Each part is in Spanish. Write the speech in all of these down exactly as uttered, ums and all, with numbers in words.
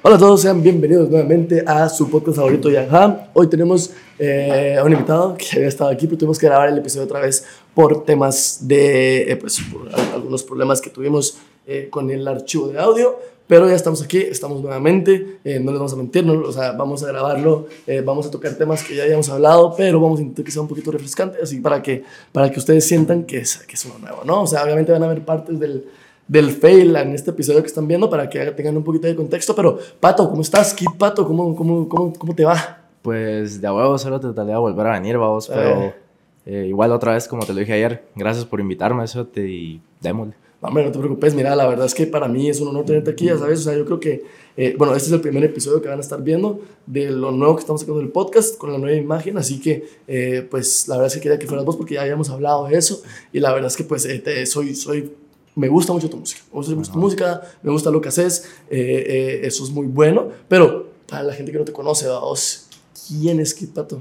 Hola a todos, sean bienvenidos nuevamente a su podcast favorito Yanja. Hoy tenemos eh, a un invitado que había estado aquí, pero tuvimos que grabar el episodio otra vez por temas de, eh, pues, por algunos problemas que tuvimos eh, con el archivo de audio. Pero ya estamos aquí, estamos nuevamente, eh, no les vamos a mentir, no, o sea, vamos a grabarlo, eh, vamos a tocar temas que ya habíamos hablado, pero vamos a intentar que sea un poquito refrescante, así para que, para que ustedes sientan que es, que es uno nuevo, ¿no? O sea, obviamente van a ver partes del, del fail en este episodio que están viendo para que tengan un poquito de contexto, pero Pato, ¿cómo estás? Kid Pato, ¿cómo, cómo, cómo, cómo te va? Pues de a huevo solo te trataría de volver a venir, vamos, pero Eh. Eh, igual otra vez, como te lo dije ayer, gracias por invitarme, eso te y démosle. No, hombre, no te preocupes, mira, la verdad es que para mí es un honor tenerte aquí, ya sabes, o sea, yo creo que, eh, bueno, este es el primer episodio que van a estar viendo de lo nuevo que estamos sacando del podcast, con la nueva imagen, así que, eh, pues, la verdad es que quería que fueras vos porque ya habíamos hablado de eso, y la verdad es que, pues, eh, te, soy, soy, me gusta mucho tu música, me gusta mucho tu música, me gusta lo que haces, eh, eh, eso es muy bueno, pero para la gente que no te conoce, vos, ¿quién es Kid Pato?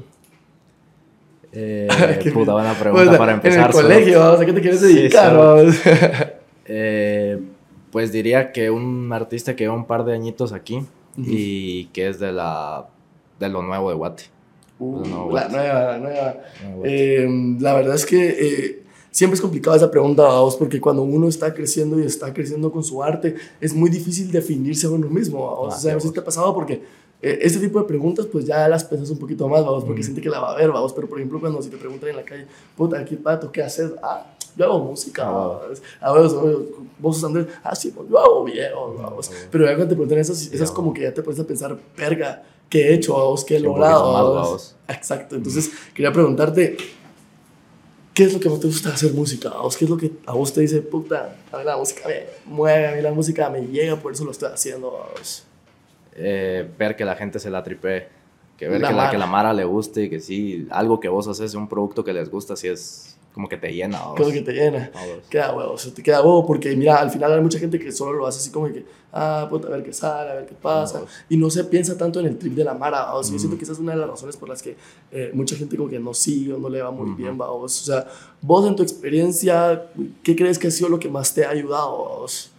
Eh, puta buena pregunta pues, para empezar. En el colegio, vamos, ¿a qué te quieres dedicar? Sí, eh, pues diría que un artista que lleva un par de añitos aquí uh-huh. y que es de la de lo nuevo de Guate. Uh, nuevo la Guate. nueva, la nueva. Eh, la verdad es que eh, siempre es complicada esa pregunta, vamos, porque cuando uno está creciendo y está creciendo con su arte, es muy difícil definirse a uno mismo, vamos. Ah, o sea, no sé si te ha pasado porque Eh, este tipo de preguntas pues ya las pensas un poquito más, vamos, porque mm. siente que la va a ver, vamos, pero por ejemplo cuando si te preguntan en la calle, puta, ¿qué Pato? ¿Qué haces? Ah, yo hago música, ah, a ver, vos sos Andrés, ah, sí, pues, yo hago video, vamos, ah, pero ya cuando te preguntan esas, esas yeah, como que ya te pones a pensar, verga, ¿qué he hecho, vamos? ¿Qué he logrado? Vamos. Exacto, entonces mm. quería preguntarte, ¿qué es lo que más te gusta hacer música? ¿A vos qué es lo que a vos te dice, puta, a mí la música me mueve, a mí la música me llega, por eso lo estoy haciendo, vamos? Eh, ver que la gente se la tripee, que ver la que, la, que la Mara le guste y que sí, algo que vos haces, un producto que les gusta, sí es como que te llena. ¿Vos? Como que te llena. ¿Vos? Queda huevo, o sea, te queda huevo porque mira, al final hay mucha gente que solo lo hace así como que, ah, puta, a ver qué sale, a ver qué pasa, ¿Vos? Y no se piensa tanto en el trip de la Mara, ¿vos? Mm. Yo siento que esa es una de las razones por las que eh, mucha gente como que no sigue o no le va muy mm-hmm. bien, ¿vos? O sea, vos en tu experiencia, ¿qué crees que ha sido lo que más te ha ayudado, vos?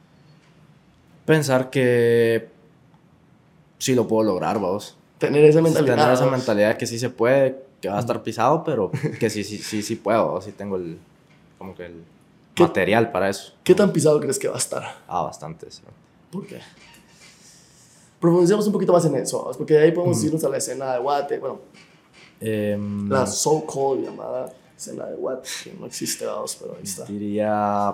Pensar que sí lo puedo lograr, vos. Tener esa mentalidad. Tener esa mentalidad que sí se puede, que va a estar pisado, pero que sí, sí, sí, sí puedo, ¿vos? Sí tengo el, como que el material para eso. ¿Qué tan pisado crees que va a estar? Ah, bastante, sí. ¿Por qué? Profundicemos un poquito más en eso, ¿vos? Porque de ahí podemos mm. irnos a la escena de Guate, bueno, eh, la so-called llamada escena de Guate, que no existe, vos, pero ahí está. Diría,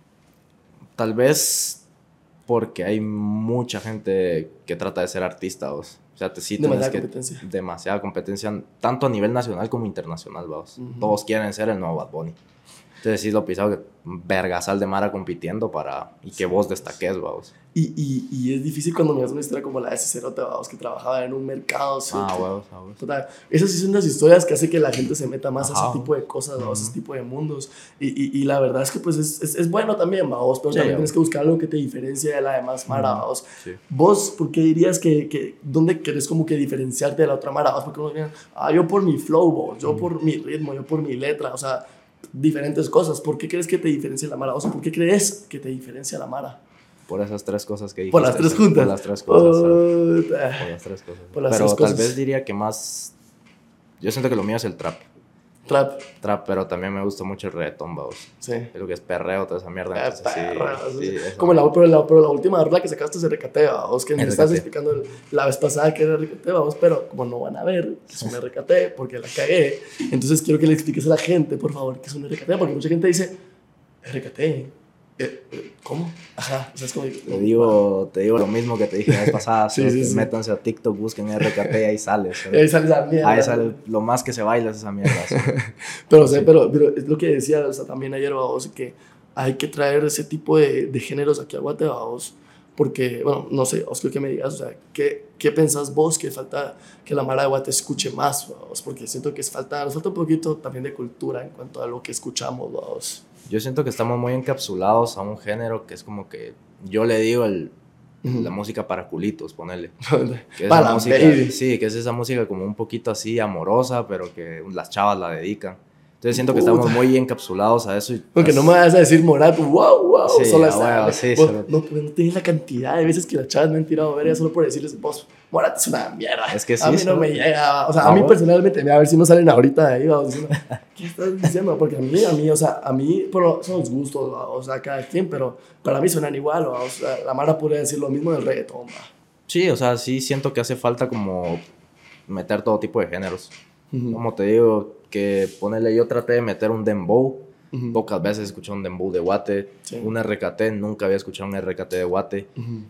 tal vez porque hay mucha gente que trata de ser artista, vos. O sea, te sí demasiada que, competencia. Demasiada competencia, tanto a nivel nacional como internacional, vos. Uh-huh. Todos quieren ser el nuevo Bad Bunny. Entonces sí lo pisado que vergasal de Mara compitiendo para y que sí, vos destaques, vos. Y, y, y es difícil cuando miras una historia como la de ese cerote, vos, que trabajaba en un mercado. ¿Sí? Ah, huevos, huevos. Total. Esas sí son las historias que hacen que la gente se meta más Ajá. a ese tipo de cosas, uh-huh. a ese tipo de mundos. Y, y, y la verdad es que pues es, es, es bueno también, vos, pero sí, también tienes que buscar algo que te diferencie de la demás Mara, uh-huh. vos. Sí. Vos, ¿por qué dirías que, que dónde querés como que diferenciarte de la otra Mara? Vos, porque uno diría, ah, yo por mi flow, vos, yo uh-huh. por mi ritmo, yo por mi letra, o sea, diferentes cosas. ¿Por qué crees que te diferencia la Mara? O sea, ¿por qué crees que te diferencia la Mara? Por esas tres cosas que dijiste. Por las tres juntas. Por las tres cosas. Oh, por las tres cosas. Por las pero tres tal cosas. vez diría que más... Yo siento que lo mío es el trap. Trap. Trap, pero también me gusta mucho el reggaetón, vamos. Sí. Lo que es perreo, toda esa mierda. Eh, perreo, sí, sí, como la, pero, la, pero la última rola que sacaste es de R K T, vamos, que me estás explicando el, la vez pasada que era R K T, vamos, pero como no van a ver que es un R K T porque la cagué, entonces quiero que le expliques a la gente, por favor, que es un R K T, porque mucha gente dice, R K T, eh, ¿cómo? Ajá, o sea, es como... Te digo, te digo lo mismo que te dije la vez pasada, sí, sí, sí. Métanse a TikTok, busquen R K T y ahí sale. ¿sí? Ahí sale esa mierda. Ahí sale, lo más que se baila es esa mierda. ¿sí? pero, sí. o sea, pero, pero es lo que decía, o sea, también ayer, vamos, que hay que traer ese tipo de, de géneros aquí a Guate, vamos, porque, bueno, no sé, os creo que me digas, o sea, ¿qué, qué pensás vos que falta que la Mara de Guate escuche más, vamos? Porque siento que es falta, nos falta un poquito también de cultura en cuanto a lo que escuchamos, vamos. Yo siento que estamos muy encapsulados a un género que es como que, yo le digo el, uh-huh. la música para culitos, ponele. Que es para música, baby. Sí, que es esa música como un poquito así amorosa, pero que las chavas la dedican. Entonces siento que estamos muy encapsulados a eso. Y Aunque no me vas a decir Morat, wow, wow, sí, solo ah, bueno, sí, vos, solo... no, no tienes la cantidad de veces que las chavas me han tirado verga solo por decirles, vos, Morat es una mierda. Es que sí, a mí solo... no me llega, o sea, ah, a mí bueno. personalmente, a ver si no salen ahorita de ahí, vamos diciendo, ¿qué estás diciendo? Porque a mí, a mí, o sea, a mí, bueno, son los gustos, o sea, cada quien, pero para mí suenan igual, o sea, la Mara podría decir lo mismo del reggaetón, va. Sí, o sea, sí siento que hace falta como meter todo tipo de géneros. Uh-huh. Como te digo, que ponerle, yo traté de meter un dembow. Uh-huh. Pocas veces escuché un dembow de Guate. Sí. Un R K T, nunca había escuchado un R K T de Guate. Uh-huh.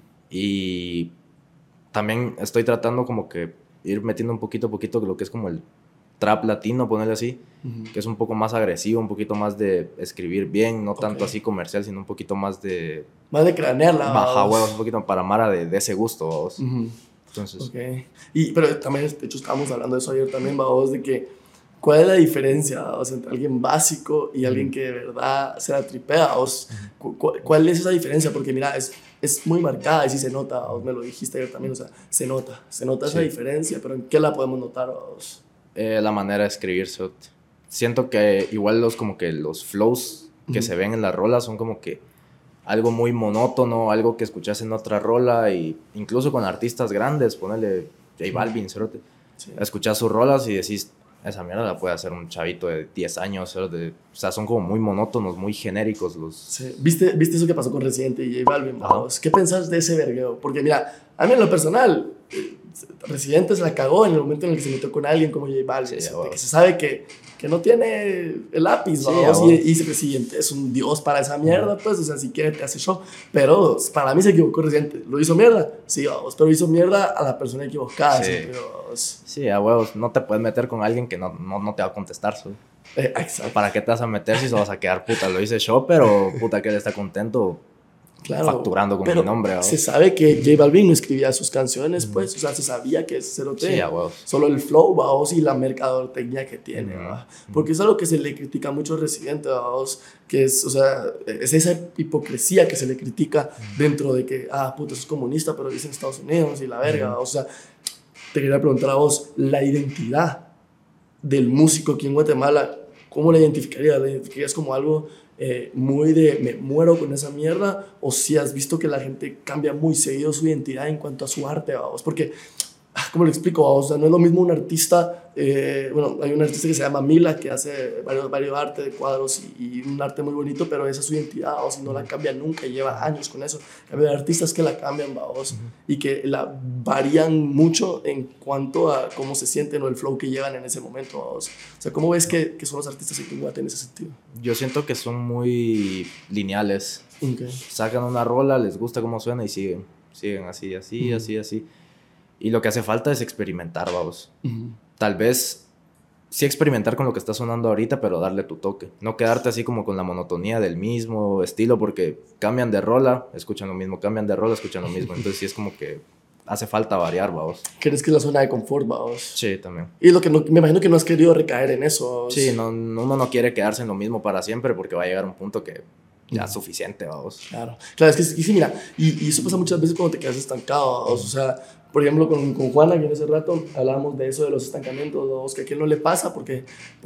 Y también estoy tratando como que ir metiendo un poquito a poquito lo que es como el trap latino, ponerle así. Uh-huh. Que es un poco más agresivo, un poquito más de escribir bien, no tanto okay. así comercial, sino un poquito más de... Más de cranearla. Baja huevos, un poquito para Mara de, de ese gusto, vos. Uh-huh. Entonces... Okay. Y, pero también, de hecho, estábamos hablando de eso ayer también, vos, de que ¿cuál es la diferencia, o sea, entre alguien básico y alguien que de verdad se la tripea? O sea, cu- ¿Cuál es esa diferencia? Porque mira, es, es muy marcada y sí se nota, vos me lo dijiste ayer también, o sea, se nota, se nota sí. esa diferencia, pero ¿en qué la podemos notar, vos? Eh, la manera de escribirse. Siento que igual los, como que los flows que uh-huh. se ven en la rola son como que algo muy monótono, algo que escuchas en otra rola, y incluso con artistas grandes, ponele J Balvin, cerote, sí. escuchas sus rolas y decís, esa mierda la puede hacer un chavito de diez años, cerote. O sea, son como muy monótonos, muy genéricos los... Sí. ¿Viste, ¿Viste eso que pasó con Residente y J Balvin? Vamos? ¿Qué pensás de ese vergueo? Porque mira, a mí en lo personal, Residente se la cagó en el momento en el que se metió con alguien como J Balvin, sí, que se sabe que que no tiene el lápiz, sí, vamos, y, y Residente es un dios para esa mierda, pues, o sea, si quiere te hace show, pero para mí se equivocó Residente, ¿lo hizo mierda? Sí, vamos, pero hizo mierda a la persona equivocada, sí, vamos. Sí, a huevos, no te puedes meter con alguien que no, no, no te va a contestar, ¿sí? eh, exacto. ¿Para qué te vas a meter si se vas a quedar, puta, lo hice show, pero puta que él está contento? Claro, facturando con mi nombre. ¿O? Se sabe que J Balvin no escribía sus canciones, pues, mm. o sea, se sabía que ese cerote, sí, solo el flow, vamos, y la mercadotecnia que tiene, mm. porque es algo que se le critica mucho a Residente, vamos, que es, o sea, es esa hipocresía que se le critica mm. dentro de que, ah, puta, sos comunista, pero vives en Estados Unidos y la verga, mm. o sea, te quería preguntar a vos, la identidad del músico aquí en Guatemala, ¿cómo la identificarías? ¿La identificarías como algo... Eh, muy de me muero con esa mierda, o si has visto que la gente cambia muy seguido su identidad en cuanto a su arte, vamos? Porque, ¿cómo lo explico? Vamos? O sea, no es lo mismo un artista, eh, bueno, hay un artista que se llama Mila, que hace varios, varios arte de cuadros y, y un arte muy bonito, pero esa es su identidad, vamos, y no la cambia nunca, y lleva años con eso. Hay artistas que la cambian, vamos, uh-huh. y que la varían mucho en cuanto a cómo se sienten o el flow que llevan en ese momento, vamos. O sea, ¿cómo ves que, que son los artistas en Guate en ese sentido? Yo siento que son muy lineales. Okay. Sacan una rola, les gusta cómo suena y siguen, siguen así, así, uh-huh. así, así. Y lo que hace falta es experimentar, vamos. Uh-huh. Tal vez sí experimentar con lo que está sonando ahorita, pero darle tu toque. No quedarte así como con la monotonía del mismo estilo, porque cambian de rola, escuchan lo mismo, cambian de rola, escuchan lo mismo. Entonces sí es como que hace falta variar, vamos. ¿Crees que es la zona de confort, vamos? Sí, también. Y lo que no, me imagino que no has querido recaer en eso, vamos. Sí, no, uno no quiere quedarse en lo mismo para siempre, porque va a llegar un punto que ya es suficiente, vamos. Claro, claro, es que sí, mira, y, y eso pasa muchas veces cuando te quedas estancado, vamos. O sea, por ejemplo, con, con Juana, que en ese rato hablábamos de eso, de los estancamientos, vamos, que a quien no le pasa porque,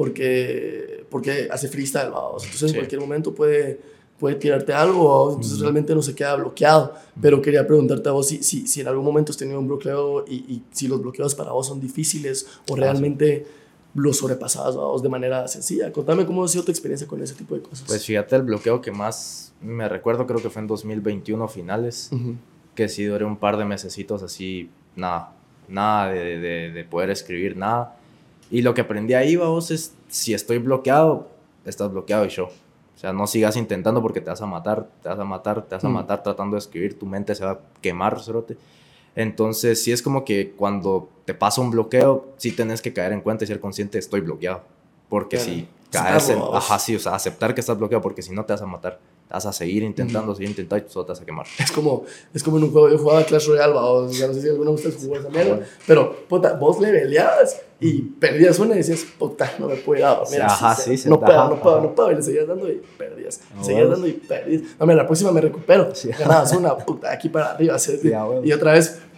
porque, porque hace freestyle, vamos. Entonces, sí. en cualquier momento puede, puede tirarte algo, vamos. Entonces, mm. realmente no se queda bloqueado. Pero quería preguntarte a vos si, si, si en algún momento has tenido un bloqueo y, y si los bloqueos para vos son difíciles o realmente... Ah, sí. los sobrepasabas, vamos, de manera sencilla. Contame cómo ha sido tu experiencia con ese tipo de cosas. Pues fíjate, el bloqueo que más me recuerdo creo que fue en dos mil veintiuno finales, uh-huh. que sí duré un par de mesecitos así, nada, nada de, de, de poder escribir, nada. Y lo que aprendí ahí, vamos, es si estoy bloqueado, estás bloqueado y show. O sea, no sigas intentando porque te vas a matar, te vas a matar, te vas a uh-huh. matar tratando de escribir, tu mente se va a quemar, cerote. Entonces, sí es como que cuando te pasa un bloqueo, sí tenés que caer en cuenta y ser consciente, estoy bloqueado. Porque claro. si caes en... Ajá, sí, o sea, aceptar que estás bloqueado, porque si no te vas a matar. Te vas a seguir intentando, uh-huh. seguir intentando y solo te vas a quemar. Es como, es como en un juego, yo jugaba Clash Royale, o sea, no sé si alguno de ustedes jugó esa mierda, pero, puta, vos le peleabas y perdías una y decías, puta, no me puedo ir a dormir. Ajá, así, sí, sí. No puedo, no puedo, no puedo, y le seguías dando y perdías. Oh, seguías dando y perdías. No, mira, la próxima me recupero. Sí. Ganabas una, puta, aquí para arriba. ¿Sí? Sí, y otra vez...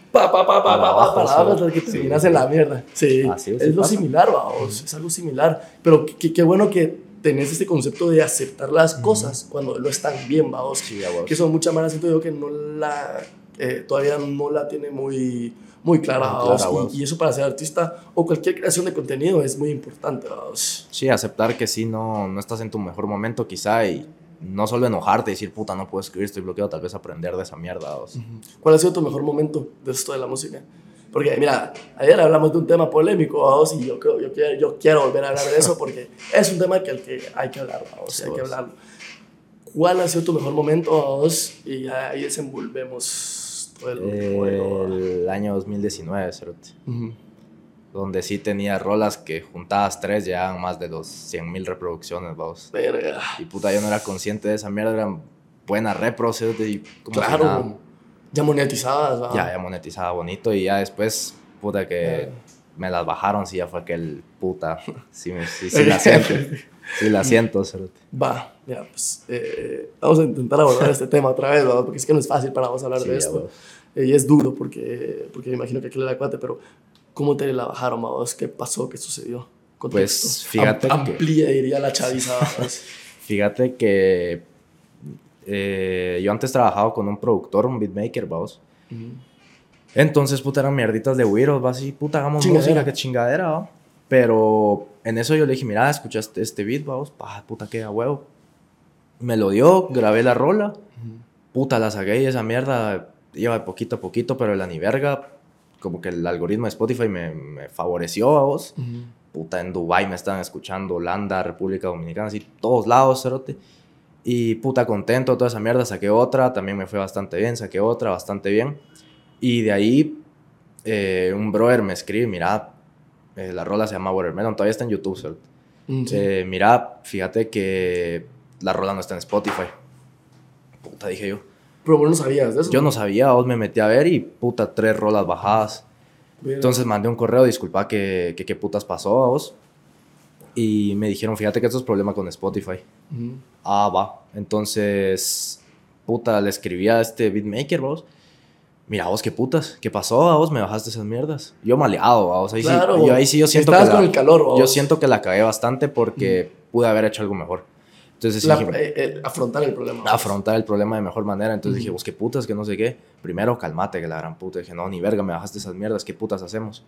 pa, pa, pa, pa, Para pa, abajo, pa, para sí. abajo, hasta que Sí, terminas sí. en la mierda. Sí, Así es, es sí lo pasa. similar, vamos, es algo similar. Pero qué qué bueno que tenés este concepto de aceptar las cosas cuando lo están bien, vamos. Sí, a vos. Que eso mucha mala siento yo que no la, eh, todavía no la tiene muy, muy clara, Muy vamos. clara, vos. Y, y eso para ser artista o cualquier creación de contenido es muy importante, vamos. Sí, aceptar que sí, no, no estás en tu mejor momento quizá y no solo enojarte y decir, puta, no puedo escribir, estoy bloqueado, tal vez aprender de esa mierda. O sea. ¿Cuál ha sido tu mejor momento de esto de la música? Porque, mira, ayer hablamos de un tema polémico, vamos, y yo, creo, yo, quiero, yo quiero volver a hablar de eso porque es un tema que, al que hay que hablar, vamos, Sí, hay que vos. hablarlo. ¿Cuál ha sido tu mejor momento, vamos? Y ahí desenvolvemos todo el juego. El año dos mil diecinueve, cerote, Uh-huh. donde sí tenía rolas que juntadas tres llegaban más de los cien mil reproducciones, vamos. Verga. Y puta, yo no era consciente de esa mierda, eran buenas repros, cerote, y como si nada. Claro, ya monetizabas, ¿va? Ya, ya monetizaba bonito y ya después, puta, que Ah. me las bajaron, sí, ya fue aquel puta, sí, me- sí, sí la siento, sí la siento, cerote. Va, ya, pues eh, vamos a intentar abordar este tema otra vez, ¿va? Porque es que no es fácil para vos hablar Sí, de ya, esto. vos. Eh, y es duro porque, porque me imagino que aquí le da cuate, pero ¿cómo te la bajaron, vos? ¿Qué pasó? ¿Qué sucedió? Contexto. Pues, fíjate Am- que- Amplía, diría la chaviza, ¿vos? Fíjate que eh, yo antes trabajaba con un productor, un beatmaker, vamos. Ujú. Entonces, puta, eran mierditas de güiros, vas y puta, hagamos Chingadera. música, qué chingadera, ¿va? Pero en eso yo le dije, mira, escuchaste este beat, vamos, pa, puta, qué a huevo. Me lo dio, grabé la rola, puta, la saqué y esa mierda iba de poquito a poquito, pero la ni verga, como que el algoritmo de Spotify me, me favoreció a vos. Ujú. Puta, en Dubái me estaban escuchando, Holanda, República Dominicana, así, todos lados, cerote. Y puta, contento, toda esa mierda, saqué otra, también me fue bastante bien, saqué otra, bastante bien. Y de ahí, eh, un brother me escribe, mira, eh, la rola se llama Watermelon, todavía está en YouTube, cerote. Mm, sí. Eh, mira, fíjate que la rola no está en Spotify. Puta, dije yo. Pero vos no sabías de eso. Yo no sabía, vos me metí a ver y puta, tres rolas bajadas. Verga. Entonces mandé un correo, disculpa que, que qué putas pasó a vos. Y me dijeron, fíjate que esto es problema con Spotify. Ujú. Ah, va. Entonces, puta, le escribí a este beatmaker, vos. Mira, vos, qué putas, ¿qué pasó a vos? Me bajaste esas mierdas. Yo maleado, vos. Ahí, Claro, sí, yo, ahí sí yo siento estabas que con la, el calor, vos. yo siento que la cagué bastante porque pude haber hecho algo mejor. Entonces La- dije, eh, eh, afrontar el problema. vos. afrontar el problema de mejor manera. Entonces Ujú. dije, vos, qué putas, que no sé qué. Primero, calmate, que la gran puta. Dije, no, ni verga, me bajaste esas mierdas, ¿qué putas hacemos?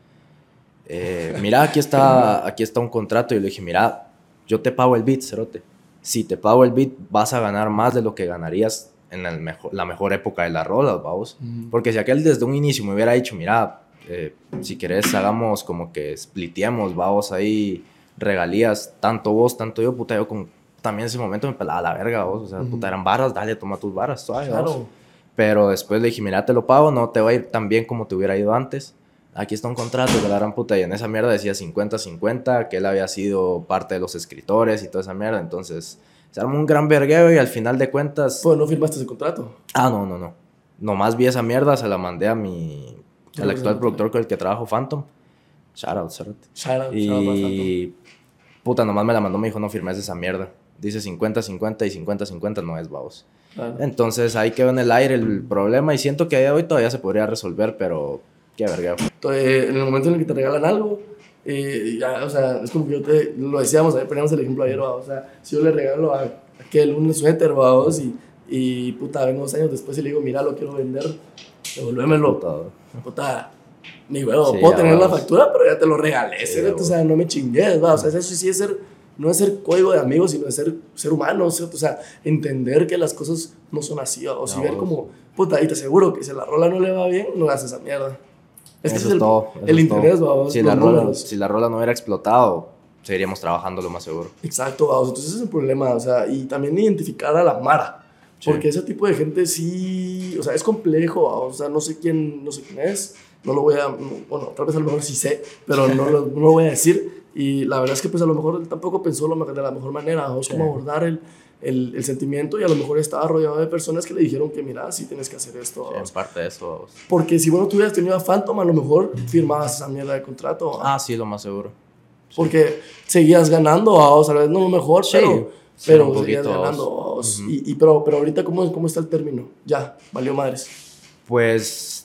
Eh, mira, aquí está, aquí está un contrato. Y le dije, mira, yo te pago el beat, cerote. Si te pago el beat, vas a ganar más de lo que ganarías en el mejor, la mejor época de las rolas, vamos. Ujú. Porque si aquel desde un inicio me hubiera dicho, mira, eh, si querés hagamos como que spliteemos, vamos ahí, regalías, tanto vos, tanto yo, puta, yo con, también en ese momento me pelaba la verga, vos, o sea, Ujú. puta, eran barras, dale, toma tus barras, suave, vos. Claro. Pero después le dije, mira, te lo pago, no te va a ir tan bien como te hubiera ido antes. Aquí está un contrato de la gran puta. Y en esa mierda decía cincuenta cincuenta, que él había sido parte de los escritores y toda esa mierda. Entonces, se armó un gran vergueo y al final de cuentas... Pues no firmaste ese contrato. Ah, no, no, no. Nomás vi esa mierda, se la mandé a mi... al actual productor con el que trabajo, Phantom. Shout out, shout out. Shout out, shout out, Y... puta, nomás me la mandó, me dijo, no firmes esa mierda. Dice cincuenta cincuenta y cincuenta cincuenta no es, vamos. Claro. Entonces ahí quedó en el aire el problema y siento que a día de hoy todavía se podría resolver, pero qué verga. Entonces, en el momento en el que te regalan algo, eh, ya, o sea, es como que yo te, lo decíamos, ayer poníamos el ejemplo ayer, ¿va? O sea, si yo le regalo a aquel un suéter, vamos, y, y puta, vengo dos años después y le digo, mira, lo quiero vender, devuélvemelo. Todo. Puta, ni huevo, Sí, puedo ya tener la vamos. factura, pero ya te lo regalé, Sí, ¿cierto? ya O sea, no me chingues, ¿va? O sea, eso sí es ser, no es ser código de amigos, sino es ser, ser humano, ¿cierto? O sea, entender que las cosas no son así, ¿va? O si No, ver vos. como, puta, y te aseguro que si la rola no le va bien, no hagas esa mierda. Es que Eso ese es todo. el, eso el es interés, todo. ¿va? Si Los la, rola, números. si la rola no hubiera explotado, seguiríamos trabajando lo más seguro. Exacto, ¿va? O sea, entonces ese es el problema, o sea, y también identificar a la mara, Sí. porque ese tipo de gente sí, o sea, es complejo, ¿va? O sea, no sé quién, no sé quién es, no lo voy a, no- bueno, tal vez a lo mejor sí sé, pero no lo, no lo voy a decir, y la verdad es que pues a lo mejor él tampoco pensó lo mejor- de la mejor manera, ¿va? Sí. Cómo abordar el, el, el sentimiento, y a lo mejor estaba rodeado de personas que le dijeron que mira, sí tienes que hacer esto, ¿va? Sí, en parte de eso. vamos. Porque si bueno, tú hubieras tenido a Phantom, a lo mejor firmabas esa mierda de contrato, ¿va? Ah, sí, lo más seguro. Porque seguías ganando, ¿va? O sea, tal vez no lo mejor, Sí, pero, sí, pero un seguías poquito, ganando. ¿va? ujú. y, y, pero, pero ahorita, ¿cómo, ¿cómo está el término? Ya, valió madres. Pues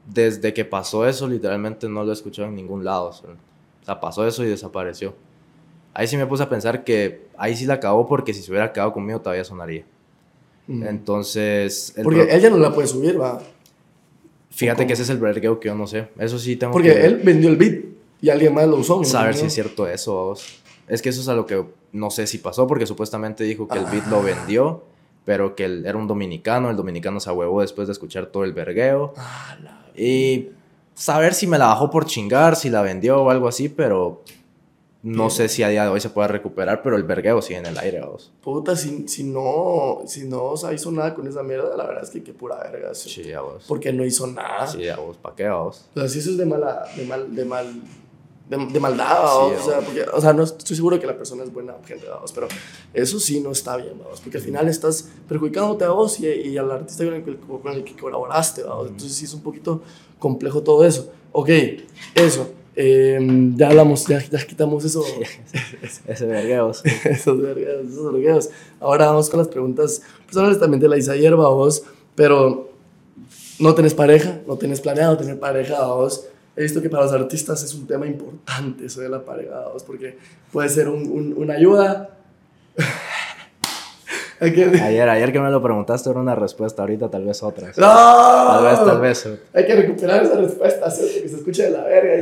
desde que pasó eso, literalmente no lo he escuchado en ningún lado. O sea, pasó eso y desapareció. Ahí sí me puse a pensar que ahí sí la acabó, porque si se hubiera quedado conmigo todavía sonaría. Mm. Entonces... Porque pro... él ya no la puede subir, va. Fíjate que ese es el vergueo que yo no sé. Eso sí tengo porque que... él vendió el beat y alguien más lo usó. Saber si es cierto eso, vos. Es que eso es a lo que no sé si pasó, porque supuestamente dijo que ah. el beat lo vendió, pero que él era un dominicano. El dominicano se ahuevó después de escuchar todo el vergueo. Ah, la... Y saber si me la bajó por chingar, si la vendió o algo así, pero... No sé si a día de hoy se pueda recuperar, pero el vergueo sigue en el aire, vos. Puta, si, si no, si no o sea, hizo nada con esa mierda, la verdad es que qué pura verga. Sí, sí a vos. Porque no hizo nada. Sí, a vos, ¿para qué a vos? O sea, si eso es de mala, de mal, de mal, de, de maldad, vos. Sí, o sea, porque, o sea, no estoy seguro que la persona es buena gente, vos, pero eso sí no está bien, vos, porque al final estás perjudicándote a vos y, y al artista con el, que, con el que colaboraste, vos. Mm. Entonces sí es un poquito complejo todo eso. Ok, eso. Eh, ya hablamos, ya, ya quitamos eso. Ese vergueos. esos vergueos, esos vergueos. Ahora vamos con las preguntas personales. También te la hice ayer, vos. Pero no tenés pareja, no tenés planeado tener pareja, vos. He visto que para los artistas es un tema importante eso de la pareja, vos, porque puede ser un, un, una ayuda. Ayer, ayer que me lo preguntaste era una respuesta, ahorita tal vez otra. ¿Sí? ¡No! Tal vez, tal vez. Hay que recuperar esa respuesta, ¿sí? Que se escuche de la verga.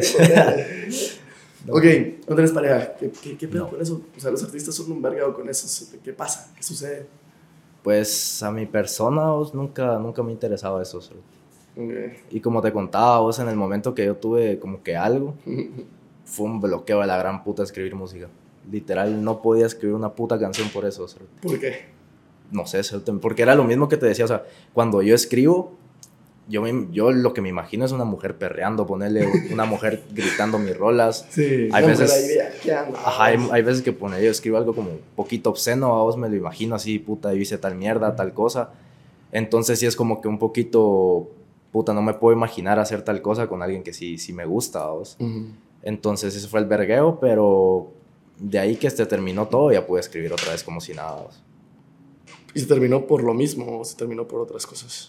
No. Ok, no tenés pareja. ¿Qué, qué, qué pedo no. con eso? O sea, los artistas son un vergado con eso. ¿Qué pasa? ¿Qué sucede? Pues a mi persona vos, nunca, nunca me ha interesado eso. ¿Sí? Okay. Y como te contaba vos, en el momento que yo tuve como que algo, fue un bloqueo de la gran puta escribir música. Literal, no podía escribir una puta canción por eso. ¿Sí? ¿Por qué? No sé, porque era lo mismo que te decía, o sea, cuando yo escribo, yo, me, yo lo que me imagino es una mujer perreando, ponerle una mujer gritando mis rolas. Sí, hay veces, idea, ¿qué anda? Ajá, hay, hay veces que pone, yo escribo algo como un poquito obsceno, a vos me lo imagino así, puta, yo hice tal mierda, tal cosa. Entonces sí es como que un poquito, puta, no me puedo imaginar hacer tal cosa con alguien que sí, sí me gusta, a vos. Uh-huh. Entonces ese fue el vergueo, pero de ahí que se terminó todo, ya pude escribir otra vez como si nada, a vos. ¿Y se terminó por lo mismo o se terminó por otras cosas?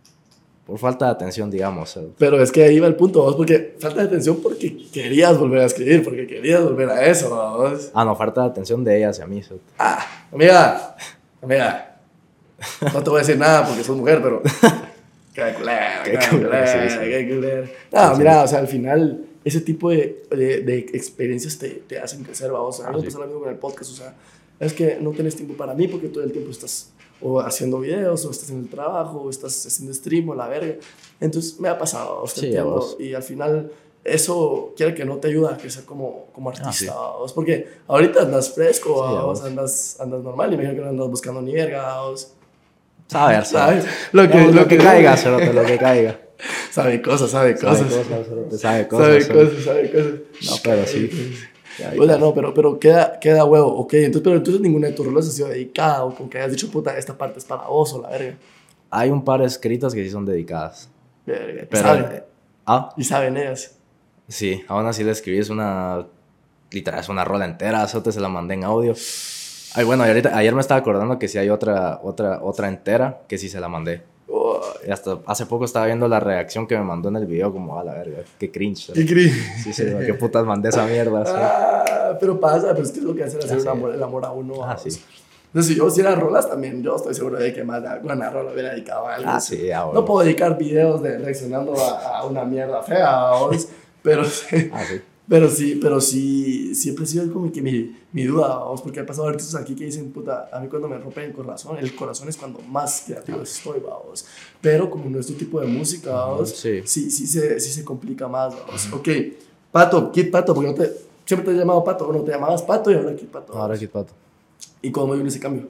Por falta de atención, digamos. Pero es que ahí va el punto, vos, porque falta de atención porque querías volver a escribir, porque querías volver a eso, vos. Ah, no, falta de atención de ella hacia mí. ¿Sí? Ah, amiga, amiga, no te voy a decir nada porque sos mujer, pero... Qué culero, qué culero, qué culero. No, mira, o sea, al final, ese tipo de, de, de experiencias te, te hacen crecer, vos. A mí me pasa lo mismo con el podcast, o sea, es que no tienes tiempo para mí porque todo el tiempo estás o haciendo videos, o estás en el trabajo, o estás haciendo stream, o la verga. Entonces me ha pasado, o sea, sí, entiendo, y al final eso quiere que no te ayuda a crecer como, como artista, ah, sí. porque ahorita andas fresco, sí, vos, andas, andas normal, imagino que no andas buscando ni verga, vos. Saber, ¿sabes? Lo que, lo, lo que, que caiga, cerote, lo que caiga. Sabe cosas, sabe cosas. Sabe cosas, cerote, sabe cosas. Sabe cosas, sabe cosas. No, pero sí. O sea, no, pero, pero queda, queda huevo, ok. Entonces, pero entonces ninguna de tus rolas ha sido dedicada o con que hayas dicho, puta, esta parte es para vos o la verga. Hay un par escritas que sí son dedicadas. Verga, pero, ¿saben? Eh, ¿Ah? ¿Y saben ellas? Sí, aún así la escribí, es una... Literal, es una rola entera, eso te se la mandé en audio. Ay, bueno, y ahorita, ayer me estaba acordando que sí hay otra, otra, otra entera que sí se la mandé. Oh. Y hasta hace poco estaba viendo la reacción que me mandó en el video, como, a la verga, qué cringe. Qué cringe. Sí, sí, qué putas mandé esa mierda. ¿Sí? Ah, pero pasa, pero es que es lo que hace hacer el amor, el amor a uno. Ah, sí. Entonces, si yo hiciera rolas también, yo estoy seguro de que más de alguna rola hubiera dedicado a algo. Ah, sí, ah, bueno. No puedo dedicar videos de reaccionando a, a una mierda fea, ¿sabes? Pero sí. Ah, sí. Pero sí, pero sí, siempre ha sido como que mi, mi duda, vamos, porque ha pasado artistas aquí que dicen, puta, a mí cuando me rompen el corazón, el corazón es cuando más creativo estoy, vamos. Pero como no es tu tipo de música, vamos, sí, sí, sí, se, sí se complica más, vamos. Ok, Pato, Kid Pato, porque no te, siempre te has llamado Pato, no te llamabas Pato y ahora Kid Pato. Vamos. Ahora Kid Pato. ¿Y cómo vino ese cambio?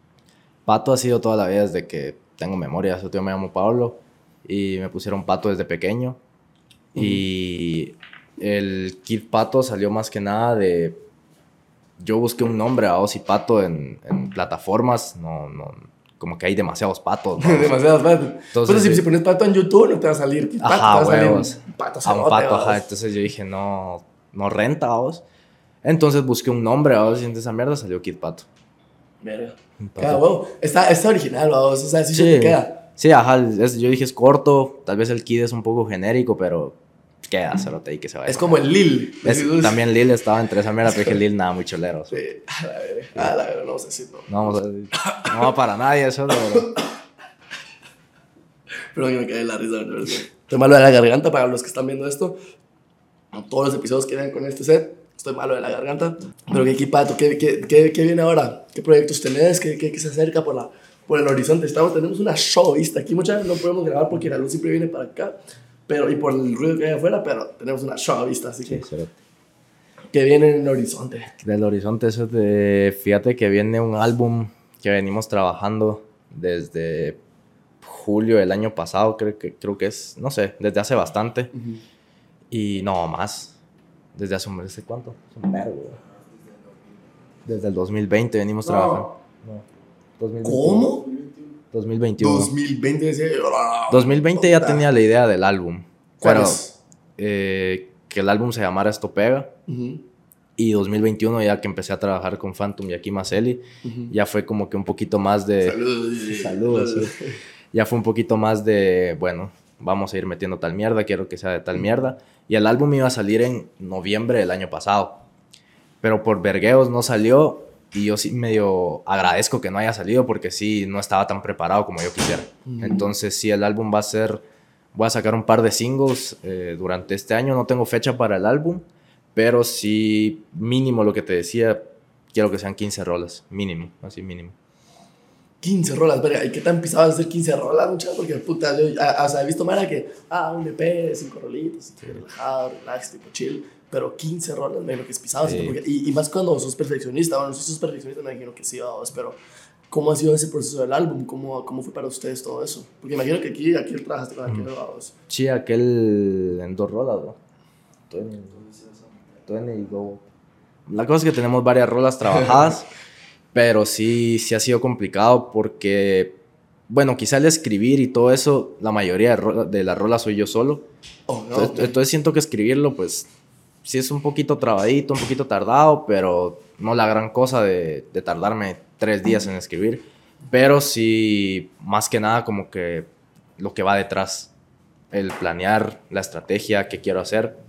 Pato ha sido toda la vida desde que tengo memoria. Yo me llamo Pablo y me pusieron Pato desde pequeño. Uh-huh. Y el Kid Pato salió más que nada de... Yo busqué un nombre a Oz y Pato en, en plataformas. No, no, como que hay demasiados patos, ¿no? Demasiados patos. Entonces, pues si, si pones Pato en YouTube no te va a salir Kid Pato. Ajá, te va a huevos. salir un pato, a un pato, ajá. Entonces yo dije, no, no renta, Oz. Entonces busqué un nombre a Oz y en esa mierda salió Kid Pato. Verga. Cada huevo. Está, está original, vamos. O sea, sí, sí. Se te queda. Sí, ajá, es, yo dije es corto, tal vez el Kid es un poco genérico, pero queda, cerote, y que se vaya. Es como el Lil. Es, también Lil estaba entre esa mierda, pero dije Lil nada, muy cholero. Sí, a la verga, sí. a la verga, no sé si no. No, no, no va para nadie eso, pero... Pero que me cae la risa, ¿verdad? Estoy malo de la garganta para los que están viendo esto. Todos los episodios que vean con este set, estoy malo de la garganta. Pero qué equipato, ¿qué, qué, qué, qué viene ahora? ¿Qué proyectos tenés? ¿Qué, qué, qué se acerca por, la, por el horizonte? Estamos, tenemos una show, ¿viste? Aquí muchas veces no podemos grabar porque la luz siempre viene para acá. Pero, y por el ruido que hay afuera, pero tenemos una show, ¿viste? Así que... Sí, ¿qué viene en el horizonte? Del horizonte, eso es de... Fíjate que viene un álbum que venimos trabajando desde julio del año pasado, creo que, creo que es, no sé, desde hace bastante. Uh-huh. Y no, más. Desde hace un mes, ¿cuánto? Es un vergo. Desde el dos mil veinte venimos no. trabajando. No. dos mil veintiuno. ¿Cómo? dos mil veintiuno. dos mil veinte decía yo. dos mil veinte ya tenía la idea del álbum. ¿Cuál pero, es? Eh, que el álbum se llamara Esto Pega. Uh-huh. Y dos mil veintiuno, ya que empecé a trabajar con Phantom y aquí Maceli, uh-huh. ya fue como que un poquito más de... Saludos. Saludos. Saludos. Sí. Ya fue un poquito más de, bueno, vamos a ir metiendo tal mierda, quiero que sea de tal uh-huh. mierda. Y el álbum iba a salir en noviembre del año pasado. Pero por vergueos no salió. Y yo sí medio agradezco que no haya salido porque sí no estaba tan preparado como yo quisiera. Uh-huh. Entonces sí, el álbum va a ser... Voy a sacar un par de singles eh, durante este año. No tengo fecha para el álbum. Pero sí, mínimo lo que te decía, quiero que sean quince rolas. Mínimo, así mínimo. quince rolas, verga. ¿Y qué tan pisado es hacer quince rolas, muchachos? Porque, puta, yo, a, o sea, he visto Mara que, ah, un E P, cinco rolitas, relajado, relax, tipo chill. Pero quince rolas, me imagino que es pisado. Sí. Porque, y, y más cuando sos perfeccionista. Bueno, si sos perfeccionista, me imagino que sí, vamos, pero ¿cómo ha sido ese proceso del álbum? ¿Cómo, cómo fue para ustedes todo eso? Porque imagino que aquí, aquí trabajaste con aquel, vamos. Sí, aquel en dos rolas, ¿no? veinte y Go. La cosa es que tenemos varias rolas trabajadas, pero sí, sí ha sido complicado porque, bueno, quizá el escribir y todo eso, la mayoría de, ro- de las rolas soy yo solo. Oh, no, entonces, okay. entonces siento que escribirlo, pues, sí es un poquito trabadito, un poquito tardado, pero no la gran cosa de, de tardarme tres días en escribir. Pero sí, más que nada, como que lo que va detrás, el planear, la estrategia, qué quiero hacer.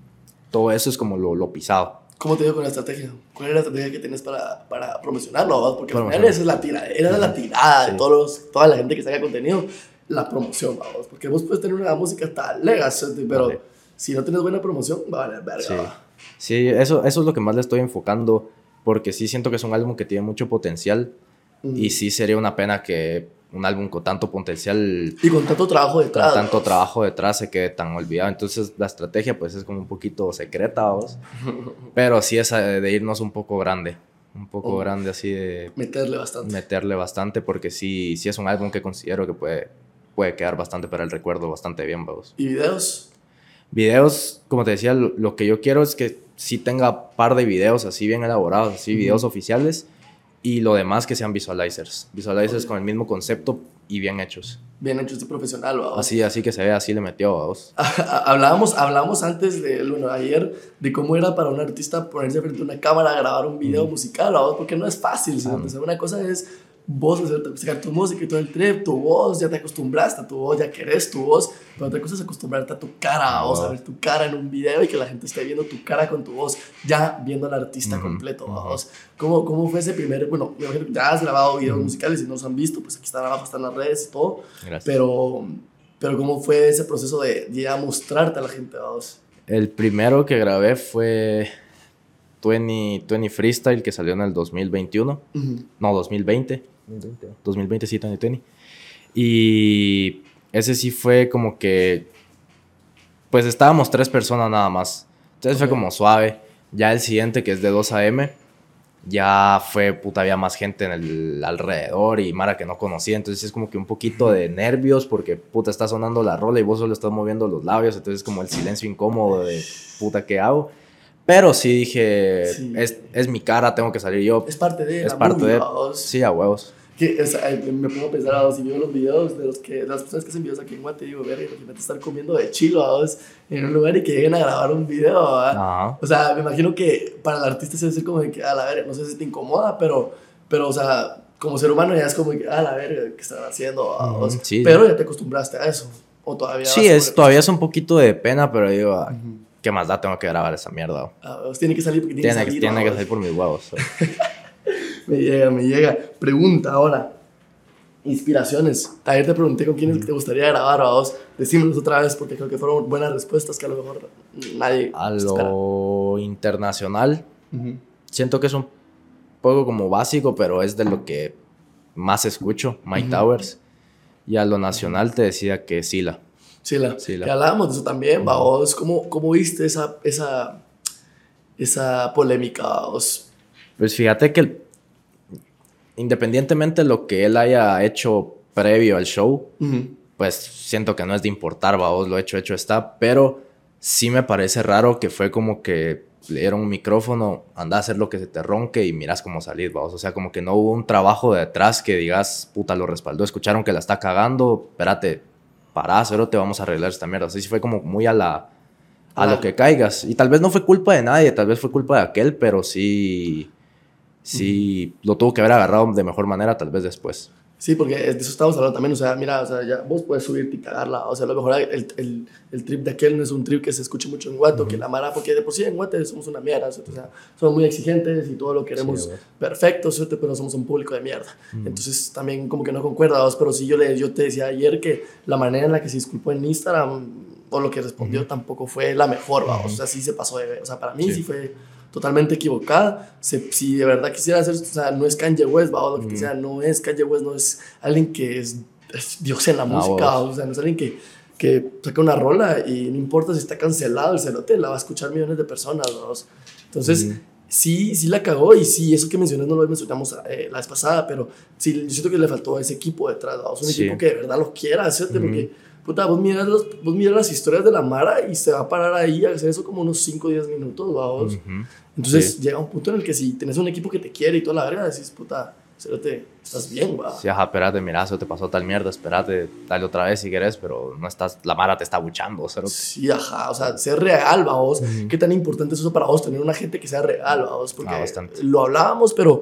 Todo eso es como lo, lo pisado. ¿Cómo te dio con la estrategia? ¿Cuál es la estrategia que tienes para, para promocionarlo? ¿Vos? Porque al final esa es la tirada, era la tirada sí. de todos los, toda la gente que saca contenido, la promoción, vamos. Porque vos puedes tener una música tan legas, pero vale. si no tienes buena promoción, va a valer verga. Sí, sí eso, eso es lo que más le estoy enfocando, porque sí siento que es un álbum que tiene mucho potencial mm. y sí sería una pena que un álbum con tanto potencial y con tanto trabajo detrás con tanto ¿no? trabajo detrás se quede tan olvidado. Entonces la estrategia pues es como un poquito secreta, ¿vos? Pero sí es de irnos un poco grande un poco oh. grande así de meterle bastante meterle bastante porque sí, sí es un álbum que considero que puede, puede quedar bastante para el recuerdo bastante bien, ¿vos? ¿Y videos? Videos, como te decía, lo, lo que yo quiero es que sí tenga par de videos así bien elaborados, así uh-huh. videos oficiales. Y lo demás que sean visualizers. Visualizers okay. con el mismo concepto y bien hechos. Bien hechos de profesional, ¿vamos? Así, así que se ve, así le metió, ¿vamos? hablábamos, hablábamos antes, de, bueno, ayer, de cómo era para un artista ponerse frente a una cámara a grabar un video mm. musical, ¿vamos? Porque no es fácil, ¿sí? Ah, no. Una cosa es vos hacer, sacar tu música y todo el trip, tu voz, ya te acostumbraste a tu voz, ya querés tu voz, pero otra cosa es acostumbrarte a tu cara, vamos, oh. a ver tu cara en un video y que la gente esté viendo tu cara con tu voz, ya viendo al artista mm-hmm. completo, vamos. Mm-hmm. ¿Cómo, ¿Cómo fue ese primer, bueno, me imagino que ya has grabado videos mm-hmm. musicales y no los han visto, pues aquí están abajo, están las redes y todo, Gracias. pero, pero ¿cómo fue ese proceso de ya mostrarte a la gente, vamos? El primero que grabé fue veinte, veinte Freestyle, que salió en el dos mil veintiuno, mm-hmm. no, dos mil veinte. dos mil veinte, sí, veinte, veinte. Y ese sí fue como que pues estábamos tres personas nada más, entonces okay. fue como suave. Ya el siguiente, que es de dos a eme, ya fue, puta, había más gente en el alrededor y mara que no conocía, entonces es como que un poquito de nervios porque, puta, está sonando la rola y vos solo estás moviendo los labios, entonces es como el silencio incómodo de, puta, ¿qué hago? Pero sí dije, sí. Es, es mi cara, tengo que salir yo. Es parte de Es parte movie, de... Vamos. Sí, a huevos. Que, o sea, me pongo a pensar, vamos, si veo los videos de, los que, de las personas que hacen videos aquí en Guate, digo, verga, imagínate estar comiendo de chilo, vamos, en un lugar y que lleguen a grabar un video, ¿verdad? O sea, me imagino que para el artista se debe ser como de que, a la verga, no sé si te incomoda, pero, pero o sea, como ser humano ya es como que, ah, la verga, ¿qué están haciendo? Mm, sí. Pero ya te acostumbraste a eso. O todavía. Sí, es, todavía es un poquito de pena, pero digo, uh-huh. ¿qué más da? Tengo que grabar esa mierda. Ah, tiene que salir porque tiene, tiene que salir. Tiene que salir por mis huevos. So. me llega, me llega. Pregunta ahora. Inspiraciones. Ayer te pregunté con quiénes mm. te gustaría grabar, a vos. Decímelos otra vez porque creo que fueron buenas respuestas que a lo mejor nadie A espera. Lo internacional, uh-huh. siento que es un poco como básico, pero es de lo que más escucho, Mike uh-huh. Towers. Y a lo nacional te decía que Sila. Sila. Sila. Que hablábamos de eso también, uh-huh. vos. ¿Cómo, ¿Cómo viste esa, esa, esa polémica, vos? Pues fíjate que el, independientemente de lo que él haya hecho previo al show, uh-huh. pues siento que no es de importar, vos, lo hecho, hecho está, pero sí me parece raro que fue como que le dieron un micrófono, anda a hacer lo que se te ronque y miras cómo salir, vos, o sea, como que no hubo un trabajo detrás que digas, puta, lo respaldó, escucharon que la está cagando, espérate, pará, cero, te vamos a arreglar esta mierda, así fue como muy a la, a lo que caigas, y tal vez no fue culpa de nadie, tal vez fue culpa de aquel, pero sí... Sí, uh-huh. lo tuvo que haber agarrado de mejor manera tal vez después. Sí, porque de eso estábamos hablando también, o sea, mira, o sea, ya vos puedes subirte y cagarla, o sea, a lo mejor el, el, el trip de aquel no es un trip que se escuche mucho en Guate, uh-huh. que la mara, porque de por sí en Guate somos una mierda, ¿cierto? O sea, somos muy exigentes y todo lo queremos sí, perfecto, ¿cierto? Pero somos un público de mierda, uh-huh. entonces también como que no concuerda, pero sí yo, le, yo te decía ayer que la manera en la que se disculpó en Instagram o lo que respondió uh-huh. tampoco fue la mejor, uh-huh. o sea, sí se pasó de, o sea, para mí sí, sí fue... totalmente equivocada. Se, si de verdad quisiera hacer, o sea, no es Kanye West, ¿va? O lo que mm. sea, no es Kanye West, no es alguien que es, es Dios en la no, música, vos. O sea, no es alguien que, que saca una rola y no importa si está cancelado el cerote, la va a escuchar millones de personas, ¿vos? Entonces, mm. sí, sí la cagó y sí, eso que mencioné no lo mencionamos eh, la vez pasada, pero sí, yo siento que le faltó a ese equipo detrás, ¿vos? Un sí. equipo que de verdad lo quiera, ¿cierto? Mm. Porque puta, vos miras, los, vos miras las historias de la Mara y se va a parar ahí a hacer eso como unos cinco o diez minutos, vamos. Uh-huh. Entonces sí. llega un punto en el que si tenés un equipo que te quiere y toda la verga, decís, puta, espérate, estás bien, va. Sí, ajá, espérate, mira, eso te pasó tal mierda, espérate, dale otra vez si querés, pero no estás, la Mara te está buchando, cerote. Sí, ajá, o sea, ser real, vamos. Uh-huh. ¿Qué tan importante es eso para vos, tener una gente que sea real, vamos? Porque ah, bastante. Lo hablábamos, pero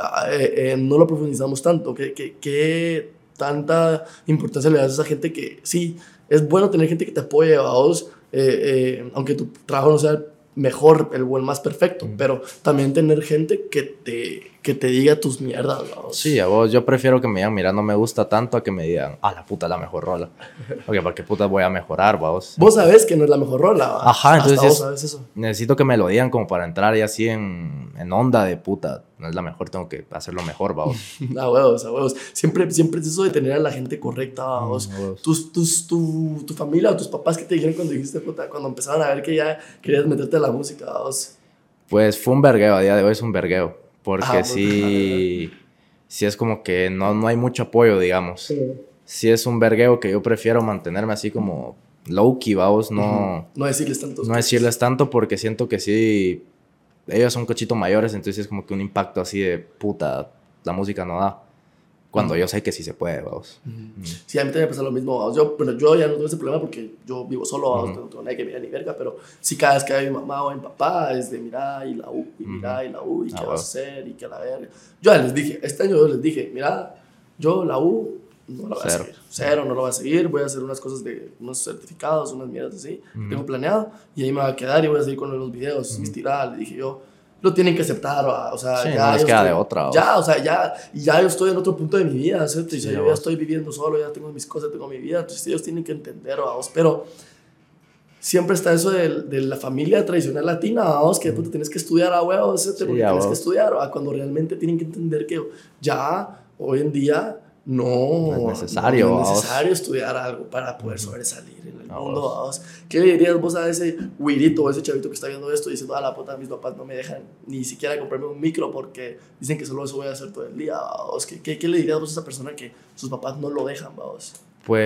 eh, eh, no lo profundizamos tanto. ¿Qué, qué, qué tanta importancia le das a esa gente que, sí, es bueno tener gente que te apoye a vos, eh, eh, aunque tu trabajo no sea el mejor el, o el más perfecto, mm. pero también tener gente que te, que te diga tus mierdas, vos. Sí, a vos, yo prefiero que me digan, mira, no me gusta tanto, a que me digan, ah, la puta, la mejor rola. Ok, ¿para qué puta voy a mejorar, vos? Vos sabés que no es la mejor rola, ¿va? Ajá, entonces vos sabes eso. Necesito que me lo digan como para entrar y así en, en onda de puta, no es la mejor, tengo que hacerlo mejor, vos. A huevos, a huevos. Siempre, siempre es eso de tener a la gente correcta, vos. Mm, tus, tus, tu, tu familia o tus papás, ¿qué te dijeron cuando dijiste, puta, cuando empezaron a ver que ya querías meterte a la música, vos? Pues fue un vergueo, a día de hoy es un vergueo. Porque ah, sí, sí es como que no, no hay mucho apoyo, digamos. Sí. Sí es un vergueo que yo prefiero mantenerme así como low-key, vamos, no... Uh-huh. No decirles tanto. No decirles tanto porque siento que sí... Ellos son cochitos mayores, entonces es como que un impacto así de puta, la música no da. Cuando uh-huh. yo sé que sí se puede, vamos. Uh-huh. Uh-huh. Sí, a mí también me pasa lo mismo, vamos. Yo, bueno, yo ya no tengo ese problema porque yo vivo solo, vamos, uh-huh. no tengo nadie que me diga ni verga, pero sí cada vez que hay mi mamá o mi papá es de mira y la U, y mira uh-huh. y la U, y ah, qué vas a hacer, y que la verga. Yo ya les dije, este año yo les dije, mira, yo la U no la voy Cero. a seguir. Cero, no lo voy a seguir, voy a hacer unas cosas de unos certificados, unas mierdas así, uh-huh. tengo planeado, y ahí me va a quedar y voy a seguir con los videos, uh-huh. mis tiradas, le dije yo. Lo tienen que aceptar, o sea, sí, ya no les queda estoy, de otra. O ya, o sea, ya, ya yo estoy en otro punto de mi vida, ¿cierto? Sí, o sea, yo ya estoy viviendo solo, ya tengo mis cosas, tengo mi vida, entonces ellos tienen que entender, vamos, pero siempre está eso de, de la familia tradicional latina, vamos, que puta, tienes que estudiar a huevos, ¿cierto? Sí, porque tienes vos. que estudiar, ¿va? Cuando realmente tienen que entender que ya, hoy en día, no, no es necesario, no, no es necesario estudiar algo para poder sobresalir en el mundo, vamos. ¿Qué le dirías vos a ese güirito o ese chavito que está viendo esto y diciendo, ah, la puta, mis papás no me dejan ni siquiera comprarme un micro porque dicen que solo eso voy a hacer todo el día, vamos? ¿Qué, qué, qué le dirías vos a esa persona que sus papás no lo dejan, vamos?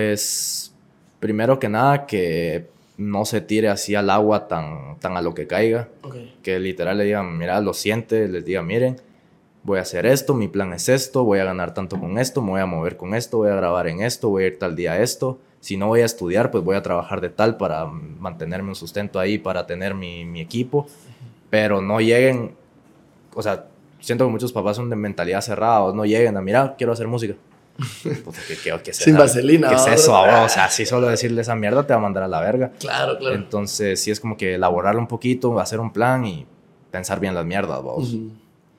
Pues, primero que nada, que no se tire así al agua tan, tan a lo que caiga. Okay. Que literal le digan, mira, lo siente, les diga, miren, voy a hacer esto, mi plan es esto, voy a ganar tanto con esto, me voy a mover con esto, voy a grabar en esto, voy a ir tal día a esto. Si no voy a estudiar, pues voy a trabajar de tal para mantenerme un sustento ahí, para tener mi, mi equipo. Pero no lleguen, o sea, siento que muchos papás son de mentalidad cerrada, o no lleguen a mirar, quiero hacer música. Pues, ¿qué, qué, qué es Sin esa? vaselina. ¿Qué es ¿no? eso, bro? O sea, así solo decirle esa mierda te va a mandar a la verga. Claro, claro. Entonces, sí es como que elaborarlo un poquito, hacer un plan y pensar bien las mierdas, vamos. Uh-huh.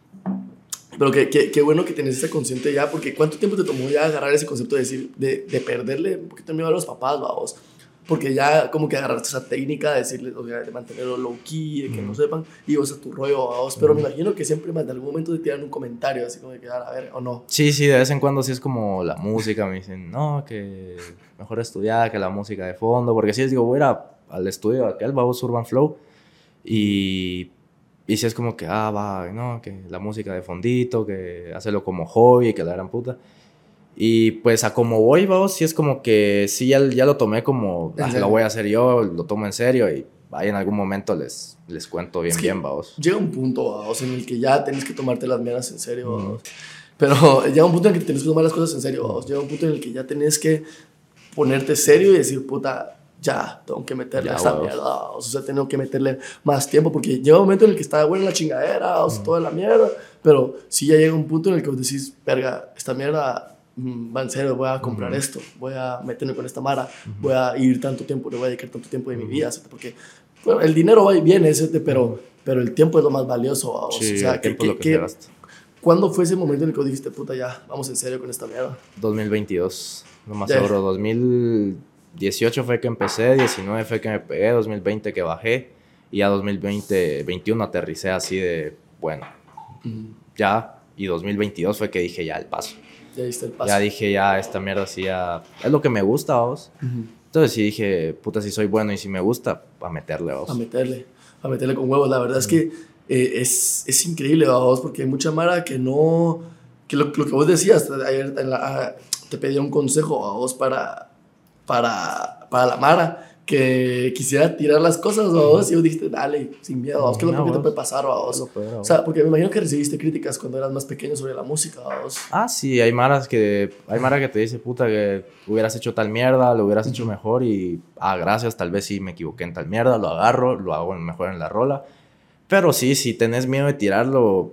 Pero qué, qué, qué bueno que tenés ese consciente ya, porque ¿cuánto tiempo te tomó ya agarrar ese concepto de decir, de, de perderle un poquito de miedo a los papás, vamos? Porque ya como que agarraste esa técnica de decirles, o sea, de mantenerlo low key, de que mm. no sepan, y vos a tu rollo, vamos. Pero mm. me imagino que siempre en algún momento te tiran un comentario, así como de que, a ver, o no. Sí, sí, de vez en cuando sí es como la música, me dicen, no, que mejor estudiar que la música de fondo, porque sí les digo, voy a ir a, al estudio aquel, vamos, Urban Flow, y... Y si es como que, ah, va, no, que la música de fondito, que hacerlo como hobby, que la gran puta. Y pues a como voy, vamos, sí es como que sí, ya, ya lo tomé como, ah, lo voy a hacer yo, lo tomo en serio y ahí en algún momento les, les cuento bien, es bien, vamos. Llega un punto, vamos, en el que ya tenés que tomarte las mierdas en serio, vamos. Uh-huh. Pero llega un punto en el que tenés que tomar las cosas en serio, vamos. Llega un punto en el que ya tenés que ponerte serio y decir, puta, ya, tengo que meterle ya, a esta wow. mierda, o sea, tengo que meterle más tiempo, porque llega un momento en el que está buena la chingadera, o sea, mm. toda la mierda, pero sí ya llega un punto en el que vos decís, verga, esta mierda mm, va en serio, voy a comprar mm. esto, voy a meterme con esta mara, mm. voy a ir tanto tiempo, le voy a dedicar tanto tiempo de mi vida, ¿sí? Porque bueno, el dinero va y viene, ¿sí? pero, mm. pero el tiempo es lo más valioso, sí, o sea, el tiempo que, es lo que, que se gasta. ¿Cuándo fue ese momento en el que vos dijiste, puta, ya, vamos en serio con esta mierda? dos mil veintidós, no más seguro, dos mil dieciocho fue que empecé, diecinueve fue que me pegué, dos mil veinte que bajé y ya dos mil veinte, veintiuno aterricé así de, bueno, uh-huh. ya, y dos mil veintidós fue que dije ya el paso. Ya diste el paso. Ya dije ya esta mierda sí ya, es lo que me gusta, vos. Uh-huh. Entonces sí dije, puta, si soy bueno y si me gusta, a meterle, vos. A meterle, a meterle con huevos. La verdad uh-huh. es que eh, es, es increíble, vos, porque hay mucha mara que no, que lo, lo que vos decías, ayer en la, te pedía un consejo a vos para... Para, para la mara, que quisiera tirar las cosas, vos, y vos dijiste, dale, sin miedo, vos, ¿qué es lo que te puede pasar, vos? O sea, porque me imagino que recibiste críticas cuando eras más pequeño sobre la música, vos. Ah, sí, hay maras que, hay mara que te dice, puta, que hubieras hecho tal mierda, lo hubieras hecho mejor, y, ah, gracias, tal vez sí me equivoqué en tal mierda, lo agarro, lo hago mejor en la rola, pero sí, si tenés miedo de tirarlo...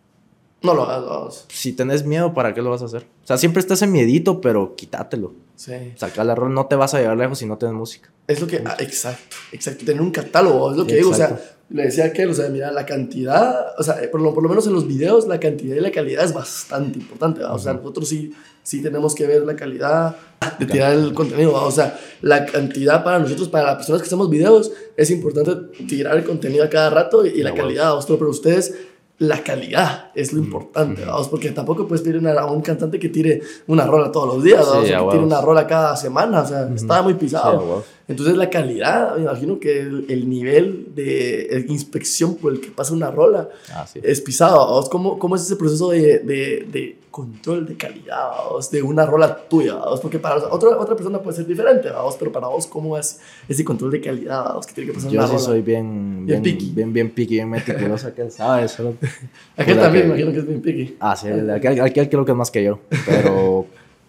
No lo hagas, vamos. Si tenés miedo, ¿para qué lo vas a hacer? O sea, siempre está ese miedito, pero quítatelo. Sí. Sacar la rola, no te vas a llegar lejos si no tienes música. Es lo que... Ah, exacto, exacto. Tener un catálogo, es lo que digo. O sea, le decía a aquel, o sea, mira, la cantidad... O sea, por lo, por lo menos en los videos, la cantidad y la calidad es bastante importante, ¿va? O sea, nosotros sí, sí tenemos que ver la calidad de tirar el contenido, ¿va? O sea, la cantidad para nosotros, para las personas que hacemos videos, es importante tirar el contenido a cada rato y, y la calidad, ¿va? Pero ustedes... La calidad es lo importante, ¿vamos? Porque tampoco puedes pedir a un cantante que tire una rola todos los días, ¿vamos? Sí, o que tire una rola cada semana, o sea, uh-huh. está muy pisado. Sí, entonces la calidad, me imagino que el, el nivel de inspección por el que pasa una rola ah, sí. es pisado, ¿vamos? ¿Cómo, ¿Cómo es ese proceso de, de, de control de calidad, ¿vamos? De una rola tuya, ¿vamos? Porque para otra, otra persona puede ser diferente, ¿vamos? Pero para vos, ¿cómo es ese control de calidad, ¿vamos? Que tiene que pasar Yo una sí rola. soy bien, bien, bien picky, bien, bien, picky, bien meticuloso, aquel sabe, solo... Aquel también, que... me imagino que es bien picky. Ah, sí, aquel, aquel creo que es más que yo, pero...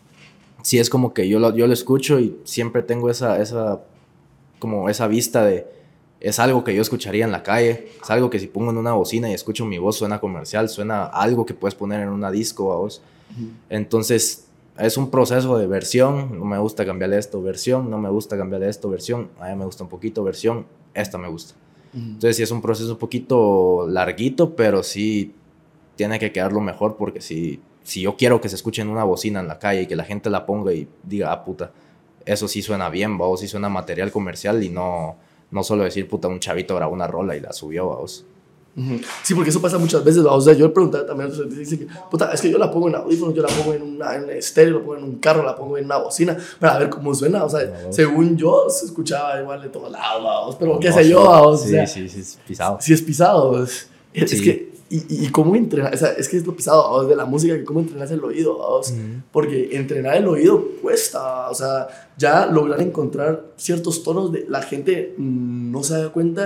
sí es como que yo lo, yo lo escucho y siempre tengo esa, esa, como esa vista de, es algo que yo escucharía en la calle, es algo que si pongo en una bocina y escucho mi voz suena comercial, suena algo que puedes poner en una disco a vos. Uh-huh. Entonces es un proceso de versión, no me gusta cambiarle esto, versión, no me gusta cambiarle esto, versión, a mí me gusta un poquito, versión, esta me gusta. Uh-huh. Entonces sí es un proceso un poquito larguito, pero sí tiene que quedar lo mejor porque sí... Si yo quiero que se escuche en una bocina en la calle y que la gente la ponga y diga, ah, puta, eso sí suena bien, vos, sí suena material comercial y no, no solo decir, puta, un chavito grabó una rola y la subió, vos. Uh-huh. Sí, porque eso pasa muchas veces, o sea, yo le preguntaba también, dice que, puta, es que yo la pongo en audífonos, yo la pongo en, una, en un estéreo, la pongo en un carro, la pongo en una bocina, para ver cómo suena, o sea, no, según yo, se escuchaba igual de todos lados, pero no, qué sé yo, o sea, sí, sí, sí, es pisado. Sí, es pisado, es, es, sí. es que... Y, y cómo entrenar, o sea, es que es lo pisado, ¿vos? De la música, que cómo entrenas el oído, ¿vos? Uh-huh. Porque entrenar el oído cuesta, o sea, ya lograr encontrar ciertos tonos de la gente no se da cuenta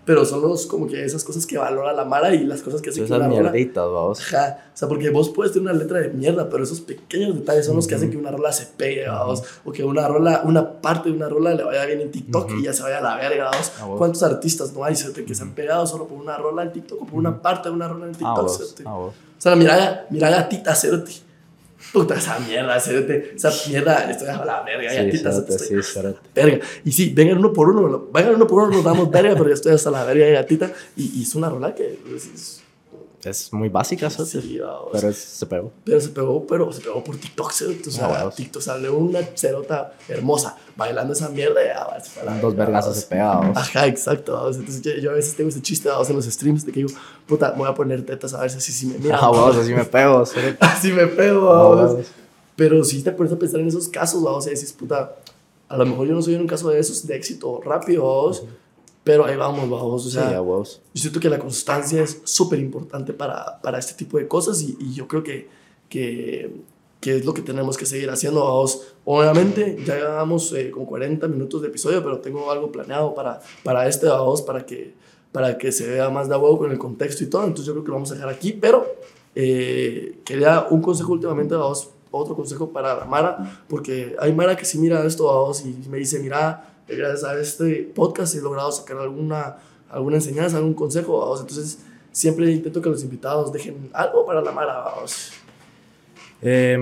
pero son los, como que esas cosas que valora la mara y las cosas que hace que esas una rola... mierditas, vamos. Ajá, o sea, porque vos puedes tener una letra de mierda, pero esos pequeños detalles son los que hacen que una rola se pegue, vamos, o que una rola, una parte de una rola le vaya bien en TikTok uh-huh. y ya se vaya a la verga, vamos. Ah, ¿cuántos artistas no hay, ¿cierto? Que se han pegado solo por una rola en TikTok o por una parte de una rola en TikTok, ¿cierto? Ah, o sea, mira, mira gatita, ¿cierto? Puta, esa mierda, ¿cierto? Esa mierda, estoy a la verga, sí, gatita, ¿cierto? Sí, ¿cierto? Verga. Y sí, vengan uno por uno, vengan uno por uno, nos damos verga, pero ya estoy hasta la verga, gatita. Y, y es una rola que... Es, es muy básica, ¿sabes? Sí, vamos. Pero es, se pegó. Pero se pegó, pero se pegó por TikTok, ¿cierto? O sea, no, TikTok salió una cerota hermosa bailando esa mierda y ya, se fue la dos vergazos se pegados. Ajá, exacto. Vamos. Entonces yo, yo a veces tengo ese chiste vamos, en los streams de que digo, puta, me voy a poner tetas a ver si así si me miran. Ah, vamos, así me pego. Así me pego, vamos. Pero si te pones a pensar en esos casos, vamos, y decís, puta, a lo mejor yo no soy en un caso de esos de éxito rápido, vamos. Uh-huh. Pero ahí vamos, vamos, o sea, sí, vamos. Yo siento que la constancia es súper importante para, para este tipo de cosas y, y yo creo que, que, que es lo que tenemos que seguir haciendo, vamos. Obviamente ya llevamos eh, como cuarenta minutos de episodio, pero tengo algo planeado para, para este, vamos, para que, para que se vea más de huevo con el contexto y todo, entonces yo creo que lo vamos a dejar aquí, pero eh, quería un consejo últimamente, vamos, otro consejo para la Mara, porque hay Mara que sí mira esto, vamos, y me dice, mira, gracias a este podcast he logrado sacar alguna, alguna enseñanza, algún consejo, vamos. Entonces siempre intento que los invitados dejen algo para la Mara, vamos. Eh,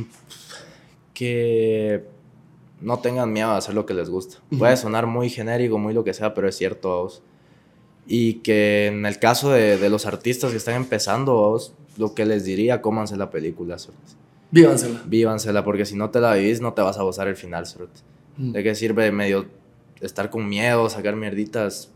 que no tengan miedo a hacer lo que les gusta. Uh-huh. Puede sonar muy genérico, muy lo que sea, pero es cierto, vamos. Y que en el caso de, de los artistas que están empezando, vamos, lo que les diría, cómanse la película, ¿sabes? Vívansela. Vívansela, porque si no te la vivís, no te vas a gozar el final, ¿sabes? ¿De qué sirve medio estar con miedo, sacar mierditas?